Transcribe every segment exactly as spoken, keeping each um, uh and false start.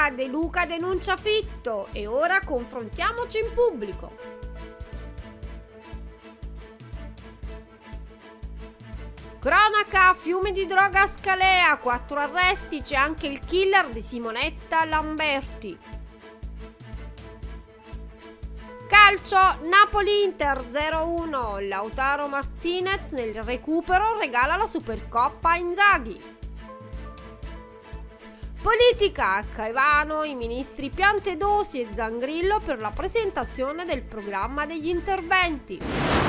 politica, De Luca denuncia Fitto e ora confrontiamoci in pubblico. Cronaca, fiume di droga a Scalea, quattro arresti, c'è anche il killer di Simonetta Lamberti. Calcio, Napoli-Inter zero a uno, Lautaro Martinez nel recupero regala la Supercoppa a Inzaghi. Politica, a Caivano i ministri Piantedosi e Zangrillo per la presentazione del programma degli interventi.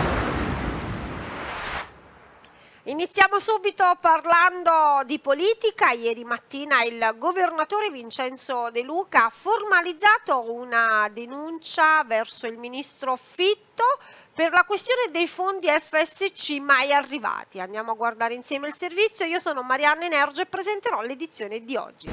Iniziamo subito parlando di politica. Ieri mattina il governatore Vincenzo De Luca ha formalizzato una denuncia verso il ministro Fitto per la questione dei fondi F S C mai arrivati. Andiamo a guardare insieme il servizio. Io sono Marianna Energia e presenterò l'edizione di oggi.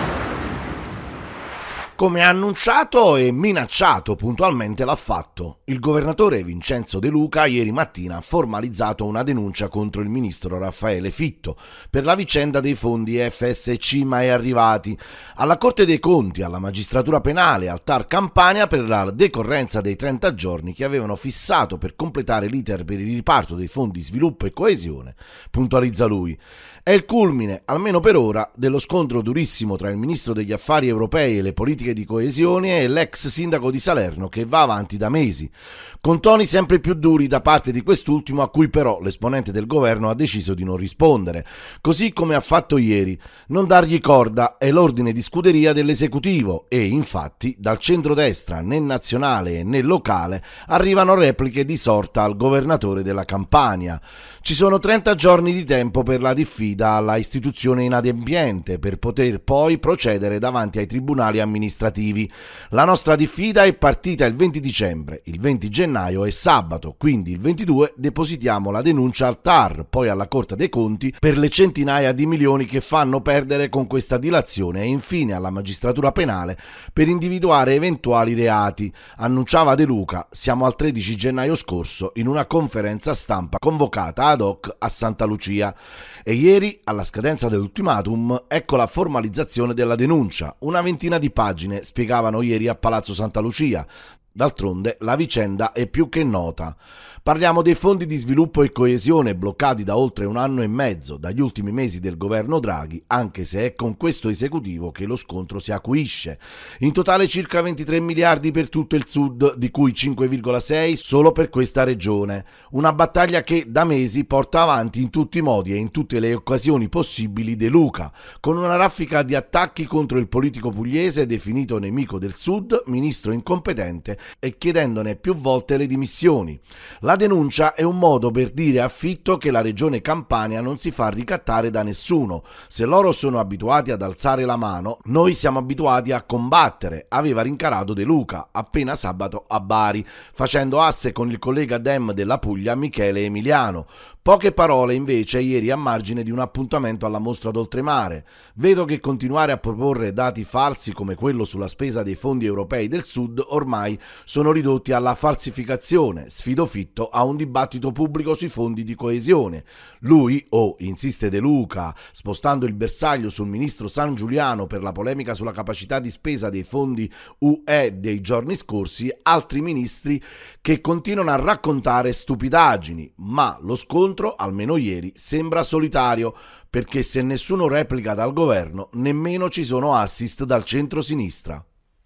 Come annunciato e minacciato puntualmente l'ha fatto. Il governatore Vincenzo De Luca ieri mattina ha formalizzato una denuncia contro il ministro Raffaele Fitto per la vicenda dei fondi F S C mai arrivati alla Corte dei Conti, alla magistratura penale e al T A R Campania per la decorrenza dei trenta giorni che avevano fissato per completare l'iter per il riparto dei fondi sviluppo e coesione, puntualizza lui. È il culmine, almeno per ora, dello scontro durissimo tra il ministro degli affari europei e le politiche di coesione e l'ex sindaco di Salerno che va avanti da mesi, con toni sempre più duri da parte di quest'ultimo a cui però l'esponente del governo ha deciso di non rispondere, così come ha fatto ieri. Non dargli corda è l'ordine di scuderia dell'esecutivo e infatti dal centrodestra né nazionale né locale arrivano repliche di sorta al governatore della Campania. Ci sono trenta giorni di tempo per la diffida alla istituzione inadempiente per poter poi procedere davanti ai tribunali amministrativi. La nostra diffida è partita il venti dicembre, il venti gennaio è sabato, quindi il ventidue depositiamo la denuncia al T A R, poi alla Corte dei Conti per le centinaia di milioni che fanno perdere con questa dilazione e infine alla magistratura penale per individuare eventuali reati, annunciava De Luca. Siamo al tredici gennaio scorso in una conferenza stampa convocata ad hoc a Santa Lucia e ieri, alla scadenza dell'ultimatum, ecco la formalizzazione della denuncia. Una ventina di pagine, spiegavano ieri a Palazzo Santa Lucia. D'altronde la vicenda è più che nota. Parliamo dei fondi di sviluppo e coesione bloccati da oltre un anno e mezzo, dagli ultimi mesi del governo Draghi, anche se è con questo esecutivo che lo scontro si acuisce. In totale circa ventitré miliardi per tutto il sud, di cui cinque virgola sei solo per questa regione. Una battaglia che da mesi porta avanti in tutti i modi e in tutte le occasioni possibili De Luca, con una raffica di attacchi contro il politico pugliese definito nemico del sud, ministro incompetente e chiedendone più volte le dimissioni. La denuncia è un modo per dire a Fitto che la regione Campania non si fa ricattare da nessuno. Se loro sono abituati ad alzare la mano, noi siamo abituati a combattere, aveva rincarato De Luca appena sabato a Bari, facendo asse con il collega Dem della Puglia Michele Emiliano. Poche parole invece ieri a margine di un appuntamento alla mostra d'oltremare. Vedo che continuare a proporre dati falsi come quello sulla spesa dei fondi europei del Sud ormai sono ridotti alla falsificazione. Sfido Fitto a un dibattito pubblico sui fondi di coesione. Lui, o oh, insiste De Luca, spostando il bersaglio sul ministro San Giuliano per la polemica sulla capacità di spesa dei fondi U E dei giorni scorsi, altri ministri che continuano a raccontare stupidaggini, ma lo scontro almeno ieri, sembra solitario, perché se nessuno replica dal governo, nemmeno ci sono assist dal centro-sinistra.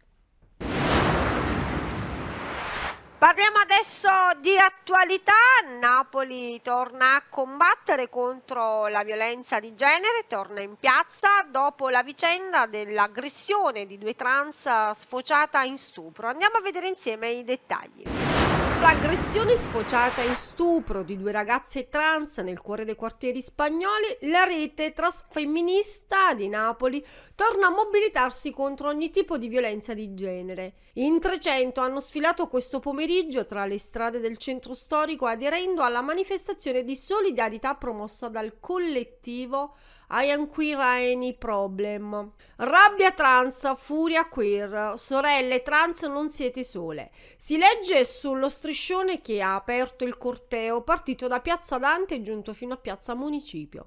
Parliamo adesso di attualità. Napoli torna a combattere contro la violenza di genere, torna in piazza dopo la vicenda dell'aggressione di due trans sfociata in stupro. Andiamo a vedere insieme i dettagli. L'aggressione sfociata in stupro di due ragazze trans nel cuore dei quartieri spagnoli, la rete transfemminista di Napoli torna a mobilitarsi contro ogni tipo di violenza di genere. In trecento hanno sfilato questo pomeriggio tra le strade del centro storico aderendo alla manifestazione di solidarietà promossa dal collettivo I Am Queer Any Problem. Rabbia trans, furia queer, sorelle trans non siete sole. Si legge sullo striscione che ha aperto il corteo partito da Piazza Dante e giunto fino a Piazza Municipio.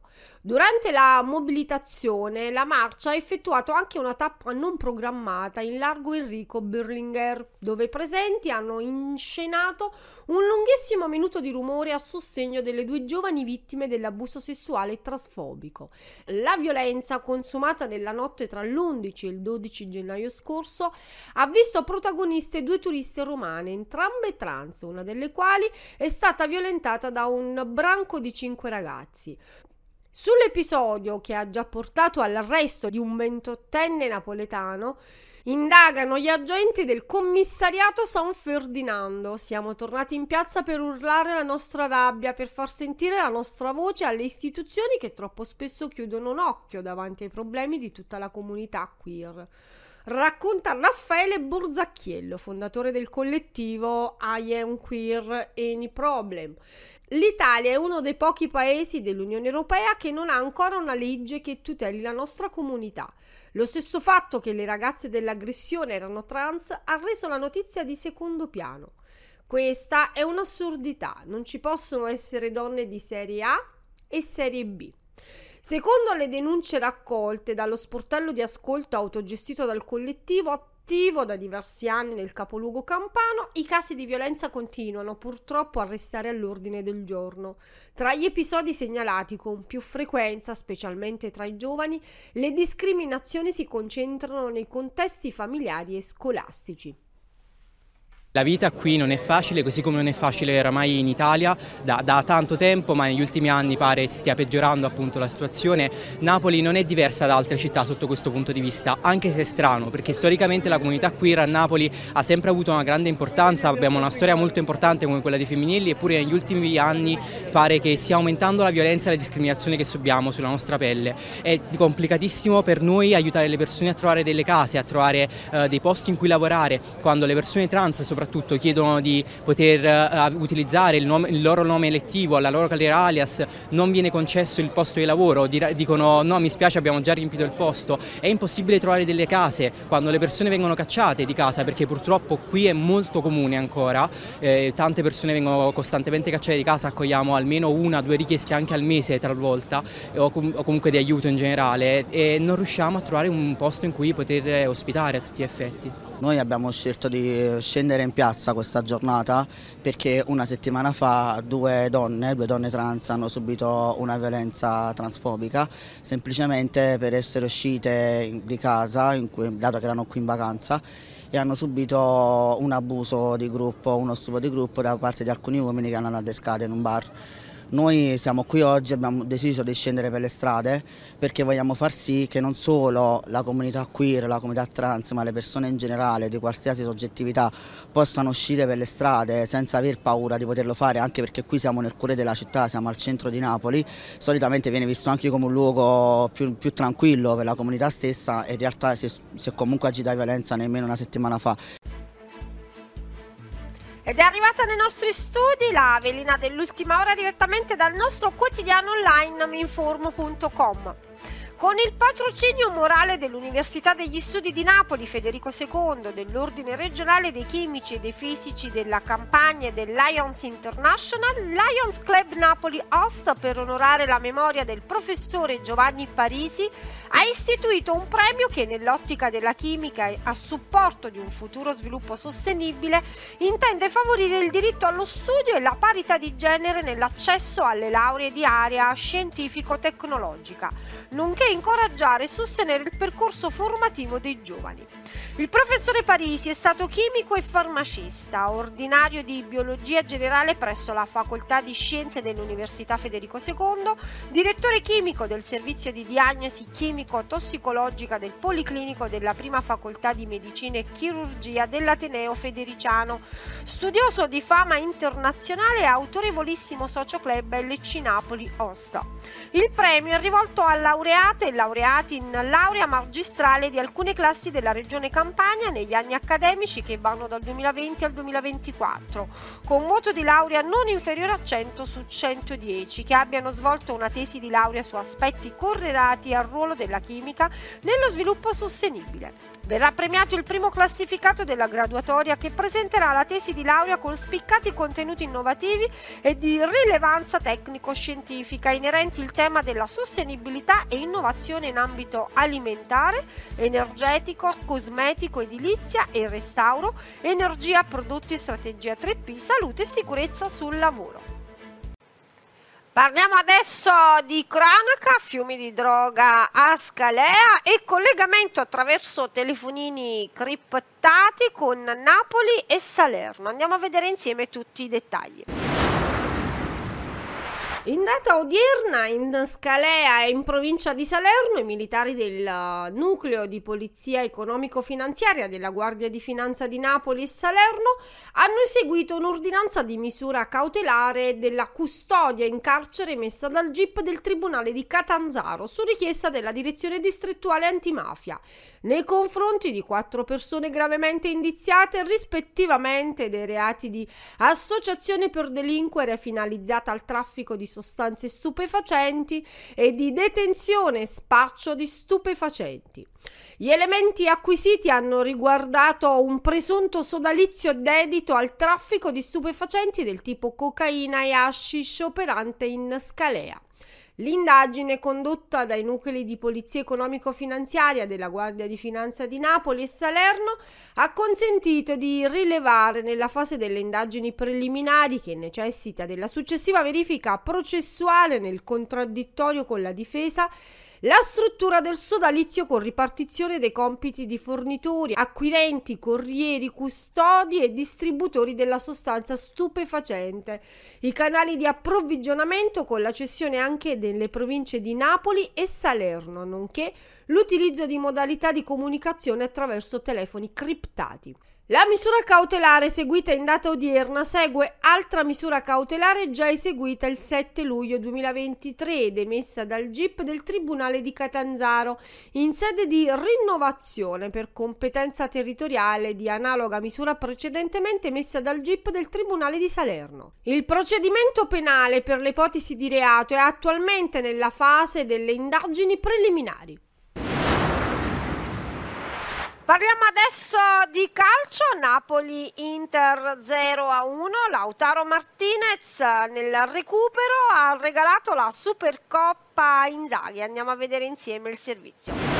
Durante la mobilitazione, la marcia ha effettuato anche una tappa non programmata in largo Enrico Berlinguer, dove i presenti hanno inscenato un lunghissimo minuto di rumore a sostegno delle due giovani vittime dell'abuso sessuale transfobico. La violenza consumata nella notte tra l'undici e il dodici gennaio scorso ha visto protagoniste due turiste romane, entrambe trans, una delle quali è stata violentata da un branco di cinque ragazzi. Sull'episodio, che ha già portato all'arresto di un ventottenne napoletano, indagano gli agenti del commissariato San Ferdinando. Siamo tornati in piazza per urlare la nostra rabbia, per far sentire la nostra voce alle istituzioni che troppo spesso chiudono un occhio davanti ai problemi di tutta la comunità queer. Racconta Raffaele Borzacchiello, fondatore del collettivo I Am Queer Any Problem. L'Italia è uno dei pochi paesi dell'Unione Europea che non ha ancora una legge che tuteli la nostra comunità. Lo stesso fatto che le ragazze dell'aggressione erano trans ha reso la notizia di secondo piano. Questa è un'assurdità, non ci possono essere donne di serie A e serie B. Secondo le denunce raccolte dallo sportello di ascolto autogestito dal collettivo, attivo da diversi anni nel capoluogo campano, i casi di violenza continuano purtroppo a restare all'ordine del giorno. Tra gli episodi segnalati con più frequenza, specialmente tra i giovani, le discriminazioni si concentrano nei contesti familiari e scolastici. La vita qui non è facile, così come non è facile oramai in Italia da, da tanto tempo, ma negli ultimi anni pare stia peggiorando appunto la situazione. Napoli non è diversa da altre città sotto questo punto di vista, anche se è strano, perché storicamente la comunità queer a Napoli ha sempre avuto una grande importanza, abbiamo una storia molto importante come quella dei femminili, eppure negli ultimi anni pare che stia aumentando la violenza e la discriminazione che subiamo sulla nostra pelle. È complicatissimo per noi aiutare le persone a trovare delle case, a trovare uh, dei posti in cui lavorare, quando le persone trans soprattutto soprattutto chiedono di poter uh, utilizzare il, nome, il loro nome elettivo, la loro carriera alias, non viene concesso il posto di lavoro, dicono no, mi spiace, abbiamo già riempito il posto. È impossibile trovare delle case quando le persone vengono cacciate di casa, perché purtroppo qui è molto comune ancora, eh, tante persone vengono costantemente cacciate di casa, accogliamo almeno una, due richieste anche al mese talvolta, o, com- o comunque di aiuto in generale, e non riusciamo a trovare un posto in cui poter ospitare a tutti gli effetti. Noi abbiamo scelto di scendere in piazza questa giornata perché una settimana fa due donne, due donne trans hanno subito una violenza transfobica semplicemente per essere uscite di casa, in cui, dato che erano qui in vacanza, e hanno subito un abuso di gruppo, uno stupro di gruppo da parte di alcuni uomini che hanno adescate in un bar. Noi siamo qui oggi, abbiamo deciso di scendere per le strade perché vogliamo far sì che non solo la comunità queer, la comunità trans, ma le persone in generale di qualsiasi soggettività possano uscire per le strade senza aver paura di poterlo fare, anche perché qui siamo nel cuore della città, siamo al centro di Napoli, solitamente viene visto anche come un luogo più, più tranquillo per la comunità stessa, e in realtà si, si è comunque agita violenza nemmeno una settimana fa. Ed è arrivata nei nostri studi la velina dell'ultima ora direttamente dal nostro quotidiano online minformo punto com. Con il patrocinio morale dell'Università degli Studi di Napoli Federico secondo, dell'Ordine regionale dei chimici e dei fisici della Campania e del Lions International, Lions Club Napoli Host, per onorare la memoria del professore Giovanni Parisi, ha istituito un premio che, nell'ottica della chimica e a supporto di un futuro sviluppo sostenibile, intende favorire il diritto allo studio e la parità di genere nell'accesso alle lauree di area scientifico-tecnologica, nonché incoraggiare e sostenere il percorso formativo dei giovani. Il professore Parisi è stato chimico e farmacista, ordinario di biologia generale presso la Facoltà di Scienze dell'Università Federico secondo, direttore chimico del servizio di diagnosi chimico-tossicologica del Policlinico della prima Facoltà di Medicina e Chirurgia dell'Ateneo Federiciano, studioso di fama internazionale e autorevolissimo socio club L C Napoli Osta. Il premio è rivolto al laureato laureate e laureati in laurea magistrale di alcune classi della Regione Campania negli anni accademici che vanno dal duemilaventi al duemilaventiquattro, con voto di laurea non inferiore a cento su centodieci, che abbiano svolto una tesi di laurea su aspetti correlati al ruolo della chimica nello sviluppo sostenibile. Verrà premiato il primo classificato della graduatoria che presenterà la tesi di laurea con spiccati contenuti innovativi e di rilevanza tecnico-scientifica inerenti il tema della sostenibilità e innovazione in ambito alimentare, energetico, cosmetico, edilizia e restauro, energia, prodotti e strategia tre P, salute e sicurezza sul lavoro. Parliamo adesso di cronaca, fiumi di droga a Scalea e collegamento attraverso telefonini criptati con Napoli e Salerno. Andiamo a vedere insieme tutti i dettagli. In data odierna in Scalea e in provincia di Salerno i militari del nucleo di polizia economico-finanziaria della Guardia di Finanza di Napoli e Salerno hanno eseguito un'ordinanza di misura cautelare della custodia in carcere emessa dal G I P del Tribunale di Catanzaro su richiesta della Direzione Distrettuale Antimafia nei confronti di quattro persone gravemente indiziate rispettivamente dei reati di associazione per delinquere finalizzata al traffico di sostanze stupefacenti e di detenzione e spaccio di stupefacenti. Gli elementi acquisiti hanno riguardato un presunto sodalizio dedito al traffico di stupefacenti del tipo cocaina e hashish operante in Scalea. L'indagine condotta dai nuclei di polizia economico-finanziaria della Guardia di Finanza di Napoli e Salerno ha consentito di rilevare nella fase delle indagini preliminari, che necessita della successiva verifica processuale nel contraddittorio con la difesa, la struttura del sodalizio con ripartizione dei compiti di fornitori, acquirenti, corrieri, custodi e distributori della sostanza stupefacente, i canali di approvvigionamento con la cessione anche delle province di Napoli e Salerno, nonché l'utilizzo di modalità di comunicazione attraverso telefoni criptati. La misura cautelare eseguita in data odierna segue altra misura cautelare già eseguita il sette luglio duemilaventitré ed emessa dal G I P del Tribunale di Catanzaro in sede di rinnovazione per competenza territoriale di analoga misura precedentemente emessa dal G I P del Tribunale di Salerno. Il procedimento penale per le ipotesi di reato è attualmente nella fase delle indagini preliminari. Parliamo adesso di calcio, Napoli-Inter zero a uno, Lautaro Martinez nel recupero ha regalato la Supercoppa a Inzaghi, andiamo a vedere insieme il servizio.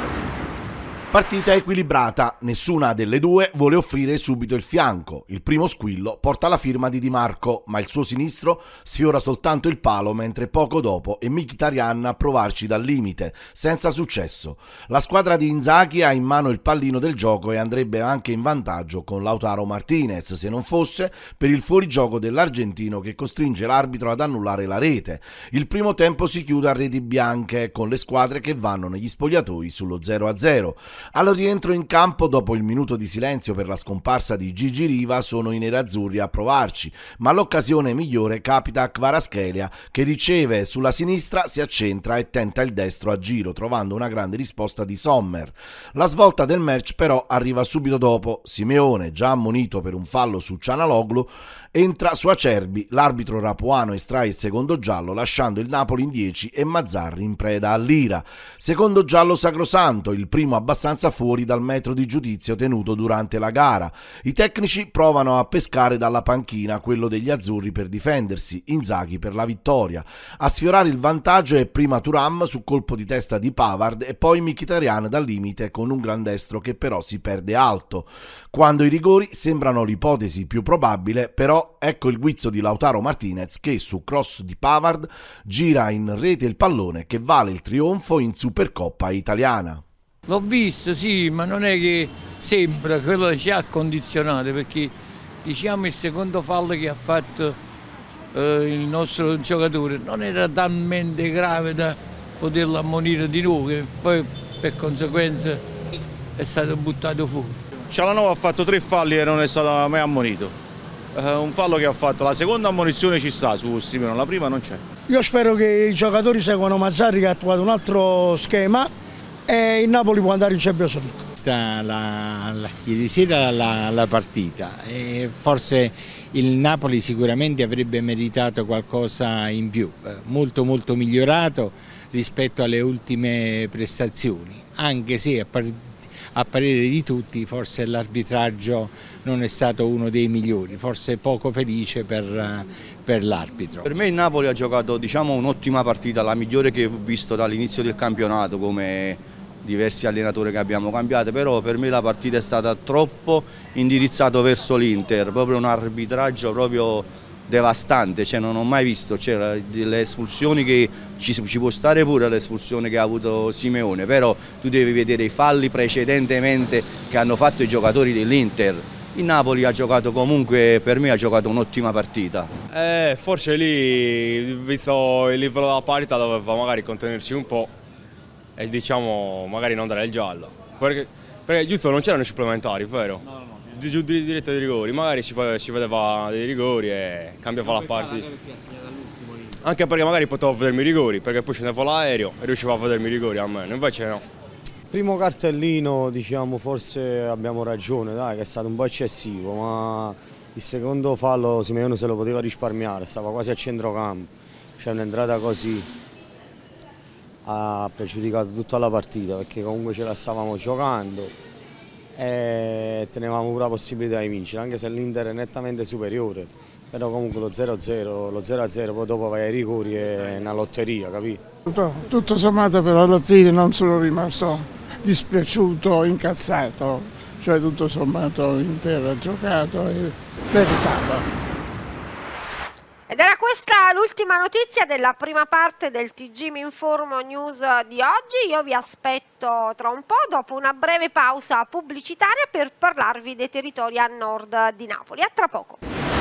Partita equilibrata, nessuna delle due vuole offrire subito il fianco. Il primo squillo porta la firma di Di Marco, ma il suo sinistro sfiora soltanto il palo, mentre poco dopo è Mkhitaryan a provarci dal limite, senza successo. La squadra di Inzaghi ha in mano il pallino del gioco e andrebbe anche in vantaggio con Lautaro Martinez, se non fosse per il fuorigioco dell'argentino che costringe l'arbitro ad annullare la rete. Il primo tempo si chiude a reti bianche, con le squadre che vanno negli spogliatoi sullo zero a zero. Al rientro in campo, dopo il minuto di silenzio per la scomparsa di Gigi Riva, sono i nerazzurri a provarci, ma l'occasione migliore capita a Kvaratskhelia, che riceve sulla sinistra, si accentra e tenta il destro a giro, trovando una grande risposta di Sommer. La svolta del match però arriva subito dopo. Simeone, già ammonito per un fallo su Cianaloglu, entra su Acerbi, l'arbitro rapuano estrae il secondo giallo lasciando il Napoli in dieci e Mazzarri in preda all'ira. Secondo giallo sacrosanto, il primo abbastanza fuori dal metro di giudizio tenuto durante la gara. I tecnici provano a pescare dalla panchina quello degli azzurri per difendersi, Inzaghi per la vittoria. A sfiorare il vantaggio è prima Thuram su colpo di testa di Pavard e poi Mkhitaryan dal limite con un gran destro che però si perde alto. Quando i rigori sembrano l'ipotesi più probabile, però ecco il guizzo di Lautaro Martinez che su cross di Pavard gira in rete il pallone che vale il trionfo in Supercoppa italiana. L'ho visto, sì, ma non è che sembra, quello ci ha condizionato, perché diciamo il secondo fallo che ha fatto eh, il nostro giocatore non era talmente grave da poterlo ammonire di nuovo, che poi per conseguenza è stato buttato fuori. Cialanoglu ha fatto tre falli e non è stato mai ammonito. Uh, un fallo che ha fatto, la seconda ammonizione ci sta su Simeone, la prima non c'è. Io spero che i giocatori seguano Mazzarri che ha trovato un altro schema e il Napoli può andare in Champions League. La, la, ieri sera la, la partita e forse il Napoli sicuramente avrebbe meritato qualcosa in più, molto molto migliorato rispetto alle ultime prestazioni, anche se a, par a parere di tutti forse l'arbitraggio non è stato uno dei migliori, forse poco felice per, per l'arbitro. Per me il Napoli ha giocato, diciamo, un'ottima partita, la migliore che ho visto dall'inizio del campionato, come diversi allenatori che abbiamo cambiato, però per me la partita è stata troppo indirizzata verso l'Inter, proprio un arbitraggio proprio devastante, cioè non ho mai visto, c'era delle espulsioni che ci, ci può stare pure l'espulsione che ha avuto Simeone, però tu devi vedere i falli precedentemente che hanno fatto i giocatori dell'Inter. Il Napoli ha giocato comunque, per me ha giocato un'ottima partita. Eh, forse lì, visto il livello della parità, doveva magari contenerci un po' e diciamo magari non dare il giallo, perché, perché giusto non c'erano i supplementari, vero? No, no, no. Di, di, di diretta dei rigori, magari ci, ci vedeva dei rigori e cambiava la partita. Anche perché magari potevo vedermi i rigori, perché poi scendevo l'aereo e riuscivo a vedermi i rigori a me, invece no. Primo cartellino, diciamo, forse abbiamo ragione, dai, che è stato un po' eccessivo, ma il secondo fallo Simeone se lo poteva risparmiare, stava quasi a centrocampo, c'è un'entrata così. Ha pregiudicato tutta la partita perché comunque ce la stavamo giocando e tenevamo pure la possibilità di vincere, anche se l'Inter è nettamente superiore, però comunque lo zero a zero, lo zero a zero poi dopo vai ai rigori è una lotteria, capito? Tutto, tutto sommato però alla fine non sono rimasto dispiaciuto, incazzato, cioè tutto sommato l'Inter ha giocato e meritava. Ed era questa l'ultima notizia della prima parte del T G Mi Informo News di oggi. Io vi aspetto tra un po', dopo una breve pausa pubblicitaria, per parlarvi dei territori a nord di Napoli. A tra poco.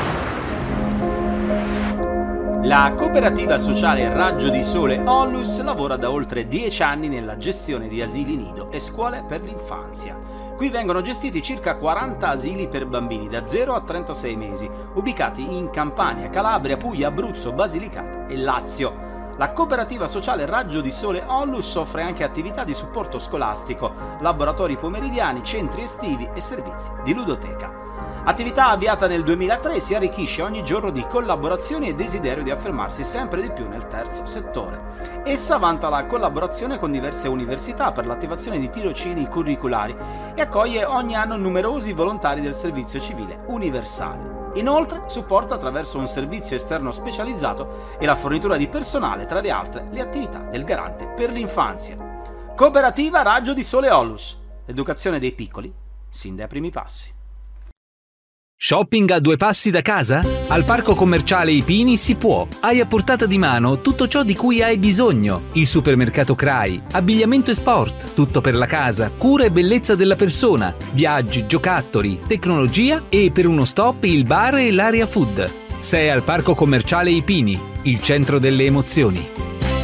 La cooperativa sociale Raggio di Sole Onlus lavora da oltre dieci anni nella gestione di asili nido e scuole per l'infanzia. Qui vengono gestiti circa quaranta asili per bambini da zero a trentasei mesi, ubicati in Campania, Calabria, Puglia, Abruzzo, Basilicata e Lazio. La cooperativa sociale Raggio di Sole Onlus offre anche attività di supporto scolastico, laboratori pomeridiani, centri estivi e servizi di ludoteca. Attività avviata nel duemilatré, si arricchisce ogni giorno di collaborazioni e desiderio di affermarsi sempre di più nel terzo settore. Essa vanta la collaborazione con diverse università per l'attivazione di tirocini curriculari e accoglie ogni anno numerosi volontari del servizio civile universale. Inoltre supporta attraverso un servizio esterno specializzato e la fornitura di personale, tra le altre, le attività del garante per l'infanzia. Cooperativa Raggio di Sole Onlus. L'educazione dei piccoli sin dai primi passi. Shopping a due passi da casa? Al Parco Commerciale I Pini si può. Hai a portata di mano tutto ciò di cui hai bisogno. Il supermercato C R A I, abbigliamento e sport, tutto per la casa, cura e bellezza della persona, viaggi, giocattoli, tecnologia e per uno stop il bar e l'area food. Sei al Parco Commerciale I Pini, il centro delle emozioni.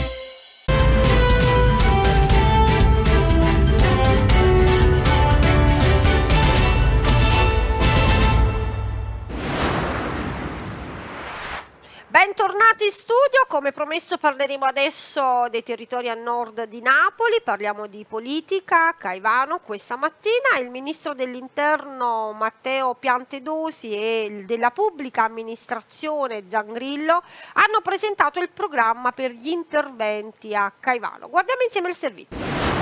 Bentornati in studio, come promesso parleremo adesso dei territori a nord di Napoli, parliamo di politica. Caivano questa mattina il ministro dell'interno Matteo Piantedosi e il della pubblica amministrazione Zangrillo hanno presentato il programma per gli interventi a Caivano. Guardiamo insieme il servizio.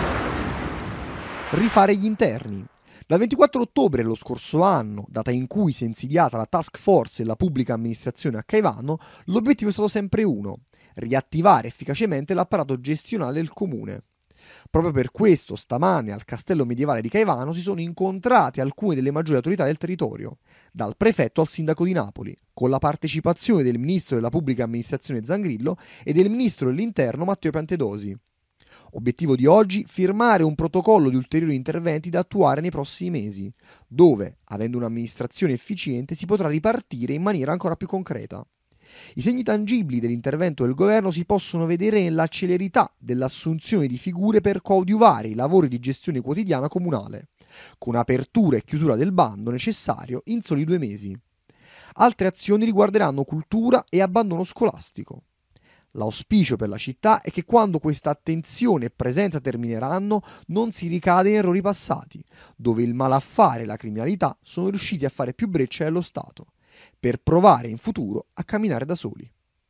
Rifare gli interni. Dal ventiquattro ottobre dello scorso anno, data in cui si è insediata la task force della pubblica amministrazione a Caivano, l'obiettivo è stato sempre uno: riattivare efficacemente l'apparato gestionale del comune. Proprio per questo, stamane al castello medievale di Caivano si sono incontrate alcune delle maggiori autorità del territorio, dal prefetto al sindaco di Napoli, con la partecipazione del ministro della pubblica amministrazione Zangrillo e del ministro dell'interno Matteo Piantedosi. Obiettivo di oggi: firmare un protocollo di ulteriori interventi da attuare nei prossimi mesi, dove, avendo un'amministrazione efficiente, si potrà ripartire in maniera ancora più concreta. I segni tangibili dell'intervento del governo si possono vedere nella celerità dell'assunzione di figure per coadiuvare i lavori di gestione quotidiana comunale, con apertura e chiusura del bando necessario in soli due mesi. Altre azioni riguarderanno cultura e abbandono scolastico. L'auspicio per la città è che quando questa attenzione e presenza termineranno non si ricade in errori passati, dove il malaffare e la criminalità sono riusciti a fare più breccia dello Stato, per provare in futuro a camminare da soli.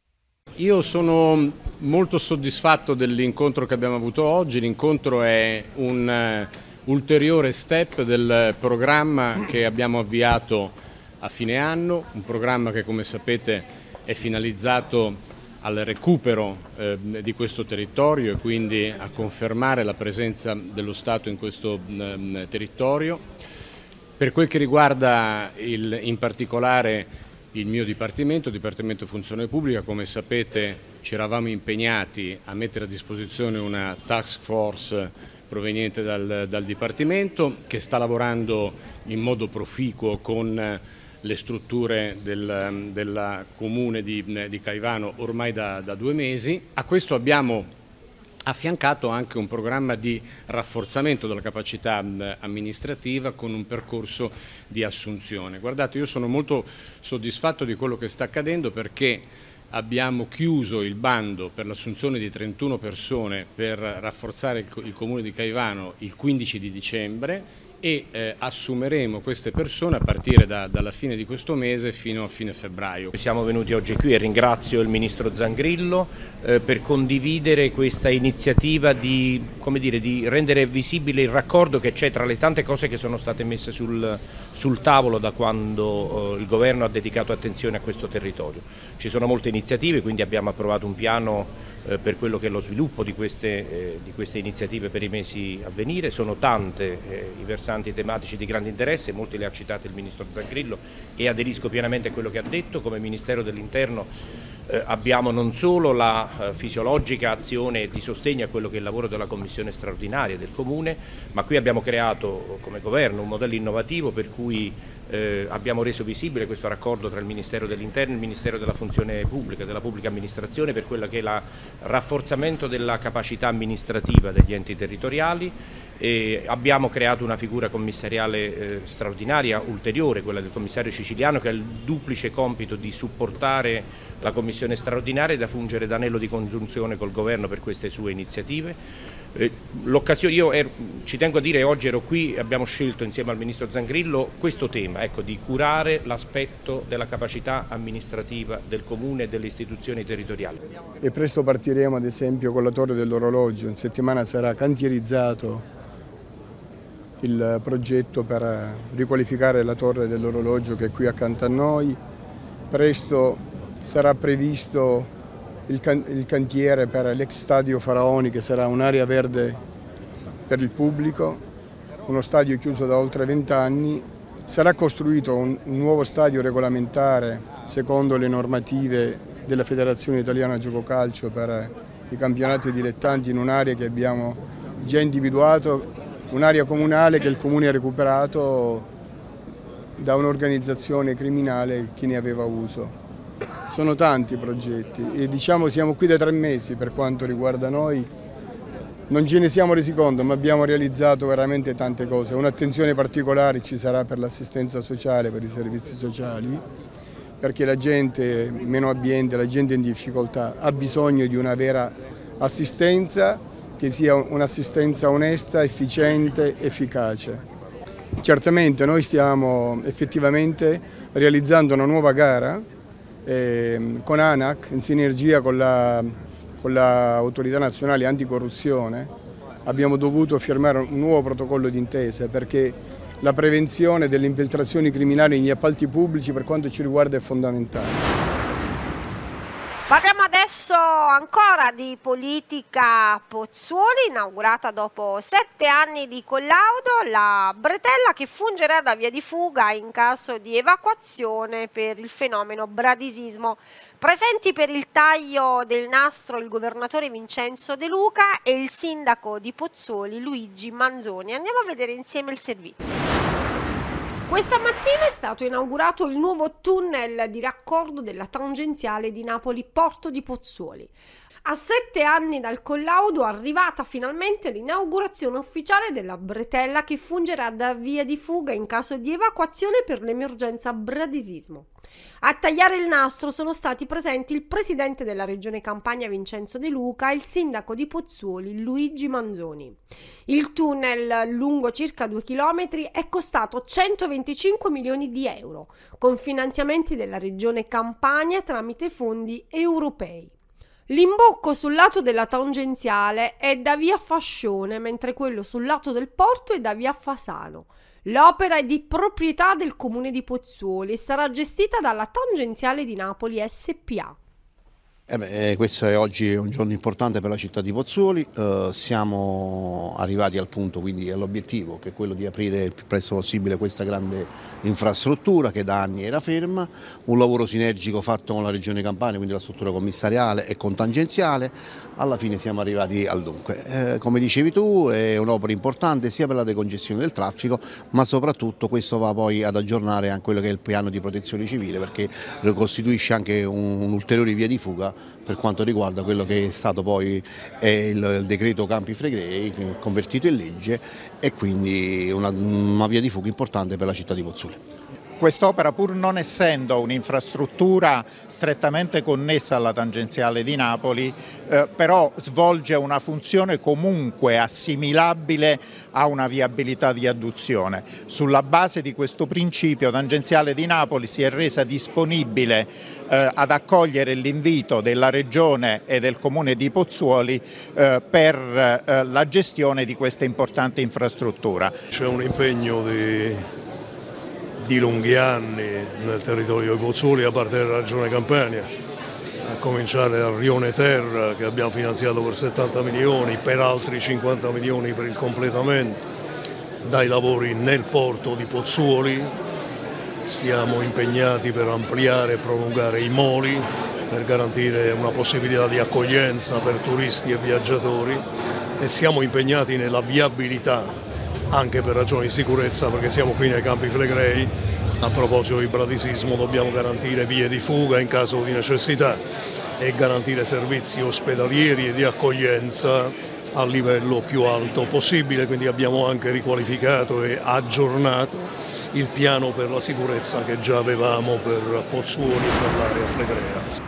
Io sono molto soddisfatto dell'incontro che abbiamo avuto oggi. L'incontro è un uh, ulteriore step del programma che abbiamo avviato a fine anno, un programma che, come sapete, è finalizzato al recupero eh, di questo territorio e quindi a confermare la presenza dello Stato in questo eh, territorio. Per quel che riguarda il, in particolare il mio Dipartimento, Dipartimento Funzione Pubblica, come sapete ci eravamo impegnati a mettere a disposizione una task force proveniente dal, dal Dipartimento che sta lavorando in modo proficuo con le strutture del, del comune di, di Caivano ormai da, da due mesi. A questo abbiamo affiancato anche un programma di rafforzamento della capacità amministrativa con un percorso di assunzione. Guardate, io sono molto soddisfatto di quello che sta accadendo perché abbiamo chiuso il bando per l'assunzione di trentuno persone per rafforzare il, il comune di Caivano il quindici di dicembre e eh, assumeremo queste persone a partire da, dalla fine di questo mese fino a fine febbraio. Siamo venuti oggi qui e ringrazio il Ministro Zangrillo eh, per condividere questa iniziativa di, come dire, di rendere visibile il raccordo che c'è tra le tante cose che sono state messe sul, sul tavolo da quando eh, il Governo ha dedicato attenzione a questo territorio. Ci sono molte iniziative, quindi abbiamo approvato un piano eh, per quello che è lo sviluppo di queste, eh, di queste iniziative per i mesi a venire. Sono tante eh, i versanti tematici di grande interesse, molti li ha citati il Ministro Zangrillo e aderisco pienamente a quello che ha detto. Come Ministero dell'Interno eh, abbiamo non solo la eh, fisiologica azione di sostegno a quello che è il lavoro della Commissione straordinaria del Comune, ma qui abbiamo creato come Governo un modello innovativo per cui Eh, abbiamo reso visibile questo raccordo tra il Ministero dell'Interno e il Ministero della Funzione Pubblica, della Pubblica Amministrazione, per quello che è il rafforzamento della capacità amministrativa degli enti territoriali. E abbiamo creato una figura commissariale eh, straordinaria, ulteriore, quella del commissario siciliano, che ha il duplice compito di supportare la Commissione straordinaria e da fungere d'anello di congiunzione col Governo per queste sue iniziative. L'occasione, io ero, ci tengo a dire, oggi ero qui e abbiamo scelto insieme al Ministro Zangrillo questo tema, ecco, di curare l'aspetto della capacità amministrativa del Comune e delle istituzioni territoriali. E presto partiremo ad esempio con la Torre dell'Orologio, in settimana sarà cantierizzato il progetto per riqualificare la Torre dell'Orologio che è qui accanto a noi, presto sarà previsto Il, can il cantiere per l'ex stadio Faraoni, che sarà un'area verde per il pubblico, uno stadio chiuso da oltre vent'anni. Sarà costruito un, un nuovo stadio regolamentare secondo le normative della Federazione Italiana Gioco Calcio per i campionati dilettanti in un'area che abbiamo già individuato, un'area comunale che il Comune ha recuperato da un'organizzazione criminale che ne aveva uso. Sono tanti i progetti e diciamo siamo qui da tre mesi per quanto riguarda noi, non ce ne siamo resi conto ma abbiamo realizzato veramente tante cose, un'attenzione particolare ci sarà per l'assistenza sociale, per i servizi sociali, perché la gente meno abbiente, la gente in difficoltà ha bisogno di una vera assistenza che sia un'assistenza onesta, efficiente, efficace. Certamente noi stiamo effettivamente realizzando una nuova gara Eh, con ANAC, in sinergia con l'Autorità Nazionale Anticorruzione, abbiamo dovuto firmare un nuovo protocollo d'intesa perché la prevenzione delle infiltrazioni criminali negli appalti pubblici per quanto ci riguarda è fondamentale. Parliamo adesso ancora di politica Pozzuoli, inaugurata dopo sette anni di collaudo, la bretella che fungerà da via di fuga in caso di evacuazione per il fenomeno bradisismo. Presenti per il taglio del nastro il governatore Vincenzo De Luca e il sindaco di Pozzuoli Luigi Manzoni. Andiamo a vedere insieme il servizio. Questa mattina è stato inaugurato il nuovo tunnel di raccordo della tangenziale di Napoli Porto di Pozzuoli. A sette anni dal collaudo è arrivata finalmente l'inaugurazione ufficiale della bretella che fungerà da via di fuga in caso di evacuazione per l'emergenza bradisismo. A tagliare il nastro sono stati presenti il presidente della regione Campania Vincenzo De Luca e il sindaco di Pozzuoli Luigi Manzoni. Il tunnel, lungo circa due chilometri, è costato centoventicinque milioni di euro, con finanziamenti della regione Campania tramite fondi europei. L'imbocco sul lato della tangenziale è da via Fascione, mentre quello sul lato del porto è da via Fasano. L'opera è di proprietà del comune di Pozzuoli e sarà gestita dalla Tangenziale di Napoli S P A. Eh beh, questo è oggi un giorno importante per la città di Pozzuoli, eh, siamo arrivati al punto, quindi all'obiettivo, che è quello di aprire il più presto possibile questa grande infrastruttura che da anni era ferma, un lavoro sinergico fatto con la Regione Campania, quindi la struttura commissariale e con tangenziale, alla fine siamo arrivati al dunque. Eh, come dicevi tu, è un'opera importante sia per la decongestione del traffico, ma soprattutto questo va poi ad aggiornare anche quello che è il piano di protezione civile, perché costituisce anche un, un'ulteriore via di fuga per quanto riguarda quello che è stato poi è il, il decreto Campi Flegrei convertito in legge, e quindi una, una via di fuga importante per la città di Pozzuoli. Quest'opera, pur non essendo un'infrastruttura strettamente connessa alla tangenziale di Napoli, eh, però svolge una funzione comunque assimilabile a una viabilità di adduzione. Sulla base di questo principio, Tangenziale di Napoli si è resa disponibile eh, ad accogliere l'invito della Regione e del Comune di Pozzuoli eh, per eh, la gestione di questa importante infrastruttura. C'è un impegno di... di lunghi anni nel territorio di Pozzuoli da parte della Regione Campania, a cominciare dal Rione Terra che abbiamo finanziato per settanta milioni, per altri cinquanta milioni per il completamento, dai lavori nel porto di Pozzuoli. Siamo impegnati per ampliare e prolungare i moli, per garantire una possibilità di accoglienza per turisti e viaggiatori, e siamo impegnati nella viabilità anche per ragioni di sicurezza, perché siamo qui nei Campi Flegrei. A proposito di bradisismo, dobbiamo garantire vie di fuga in caso di necessità e garantire servizi ospedalieri e di accoglienza a livello più alto possibile, quindi abbiamo anche riqualificato e aggiornato il piano per la sicurezza che già avevamo per Pozzuoli e per l'area flegrea.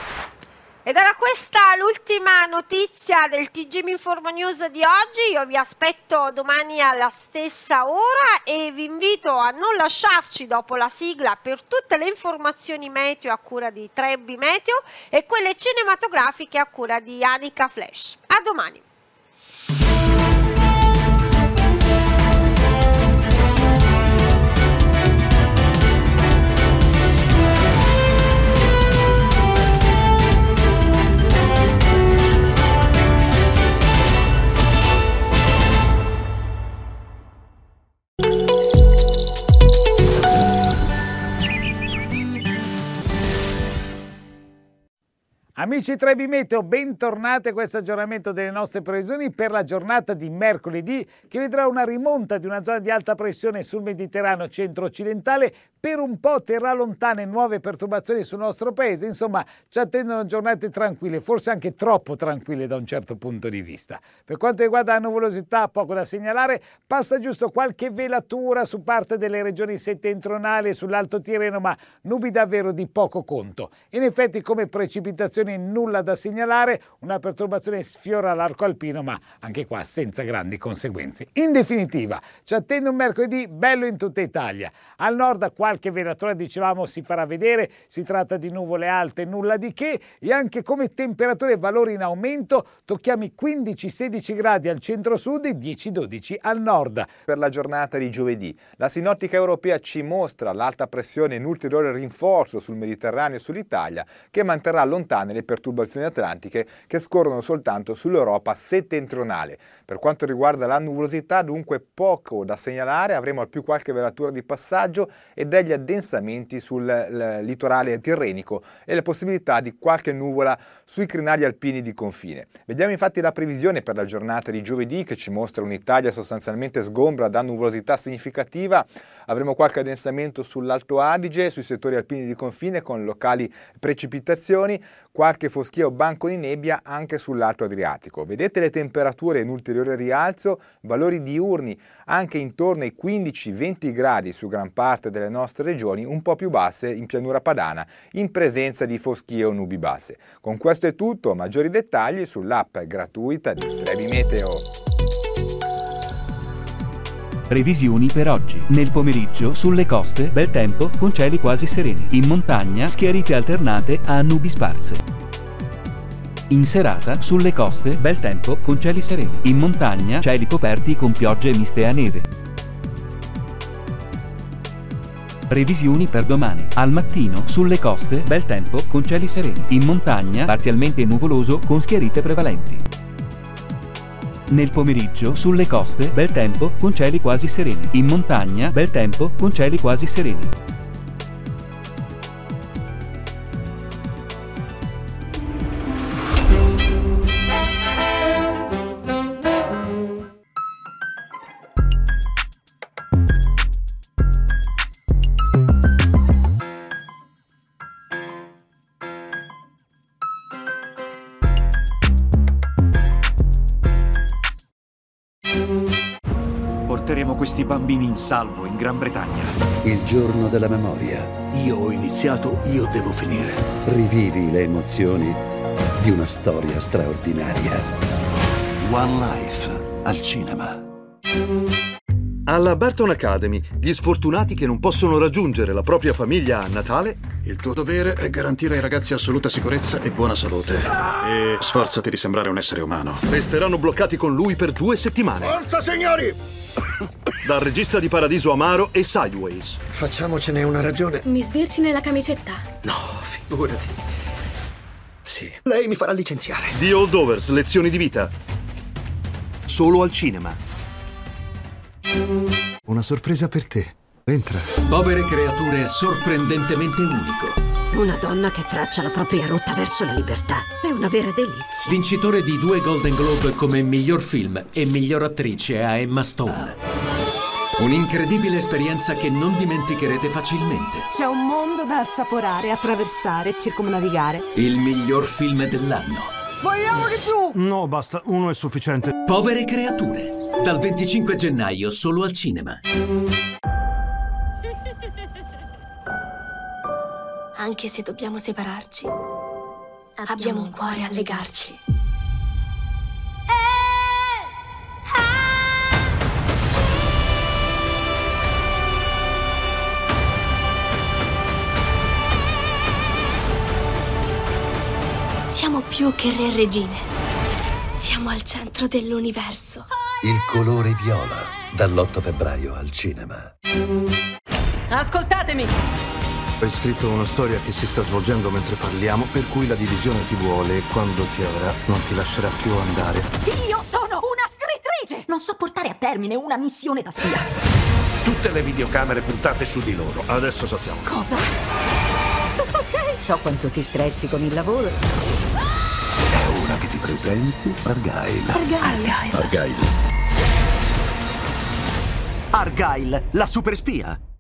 Ed era questa l'ultima notizia del T G M Informa News di oggi. Io vi aspetto domani alla stessa ora e vi invito a non lasciarci dopo la sigla per tutte le informazioni meteo a cura di Trebbi Meteo e quelle cinematografiche a cura di Anica Flash. A domani! Amici Trebbi Meteo, bentornati a questo aggiornamento delle nostre previsioni per la giornata di mercoledì, che vedrà una rimonta di una zona di alta pressione sul Mediterraneo centro-occidentale. Per un po' terrà lontane nuove perturbazioni sul nostro paese. Insomma, ci attendono giornate tranquille, forse anche troppo tranquille da un certo punto di vista. Per quanto riguarda la nuvolosità, poco da segnalare, passa giusto qualche velatura su parte delle regioni settentrionali e sull'Alto Tirreno, ma nubi davvero di poco conto. In effetti, come precipitazioni nulla da segnalare, una perturbazione sfiora l'arco alpino, ma anche qua senza grandi conseguenze. In definitiva, ci attende un mercoledì bello in tutta Italia. Al nord qualche velatura, dicevamo, si farà vedere, si tratta di nuvole alte, nulla di che, e anche come temperature e valori in aumento, tocchiamo i quindici sedici gradi al centro-sud e dieci dodici al nord. Per la giornata di giovedì, la sinottica europea ci mostra l'alta pressione in ulteriore rinforzo sul Mediterraneo e sull'Italia, che manterrà lontane le perturbazioni atlantiche che scorrono soltanto sull'Europa settentrionale. Per quanto riguarda la nuvolosità, dunque poco da segnalare, avremo al più qualche velatura di passaggio e degli addensamenti sul litorale tirrenico e le possibilità di qualche nuvola sui crinali alpini di confine. Vediamo infatti la previsione per la giornata di giovedì, che ci mostra un'Italia sostanzialmente sgombra da nuvolosità significativa. Avremo qualche addensamento sull'Alto Adige, sui settori alpini di confine con locali precipitazioni, qualche foschia o banco di nebbia anche sull'Alto Adriatico. Vedete le temperature in ulteriore rialzo, valori diurni anche intorno ai quindici venti gradi su gran parte delle nostre regioni, un po' più basse in pianura padana, in presenza di foschie o nubi basse. Con questo è tutto, maggiori dettagli sull'app gratuita di Trebi Meteo. Previsioni per oggi. Nel pomeriggio sulle coste bel tempo con cieli quasi sereni. In montagna schiarite alternate a nubi sparse. In serata sulle coste bel tempo con cieli sereni. In montagna cieli coperti con piogge miste a neve. Previsioni per domani. Al mattino sulle coste bel tempo con cieli sereni. In montagna parzialmente nuvoloso con schiarite prevalenti. Nel pomeriggio sulle coste bel tempo con cieli quasi sereni. In montagna bel tempo con cieli quasi sereni. Porteremo questi bambini in salvo in Gran Bretagna. Il giorno della memoria. Io ho iniziato, io devo finire. Rivivi le emozioni di una storia straordinaria. One Life al cinema. Alla Barton Academy, gli sfortunati che non possono raggiungere la propria famiglia a Natale. Il tuo dovere è garantire ai ragazzi assoluta sicurezza e buona salute. E sforzati di sembrare un essere umano. Resteranno bloccati con lui per due settimane. Forza, signori! Dal regista di Paradiso Amaro e Sideways. Facciamocene una ragione. Mi sbirci nella camicetta? No, figurati. Sì. Lei mi farà licenziare. The Holdovers, lezioni di vita. Solo al cinema. Una sorpresa per te. Entra. Povere creature è sorprendentemente unico. Una donna che traccia la propria rotta verso la libertà. È una vera delizia. Vincitore di due Golden Globe come miglior film e miglior attrice a Emma Stone. Un'incredibile esperienza che non dimenticherete facilmente. C'è un mondo da assaporare, attraversare, circumnavigare. Il miglior film dell'anno. Vogliamo di più! No, basta, uno è sufficiente. Povere creature. Dal venticinque gennaio solo al cinema. Anche se dobbiamo separarci, abbiamo un cuore a legarci. Siamo più che re e regine. Siamo al centro dell'universo. Il colore viola, dall'otto febbraio al cinema. Ascoltatemi! Hai scritto una storia che si sta svolgendo mentre parliamo, per cui la divisione ti vuole e quando ti avrà non ti lascerà più andare. Io sono una scrittrice! Non so portare a termine una missione da spia. Tutte le videocamere puntate su di loro. Adesso saltiamo. Cosa? Tutto ok? So quanto ti stressi con il lavoro. È ora che ti presenti Argyle. Argyle. Argyle. Argyle, la super spia.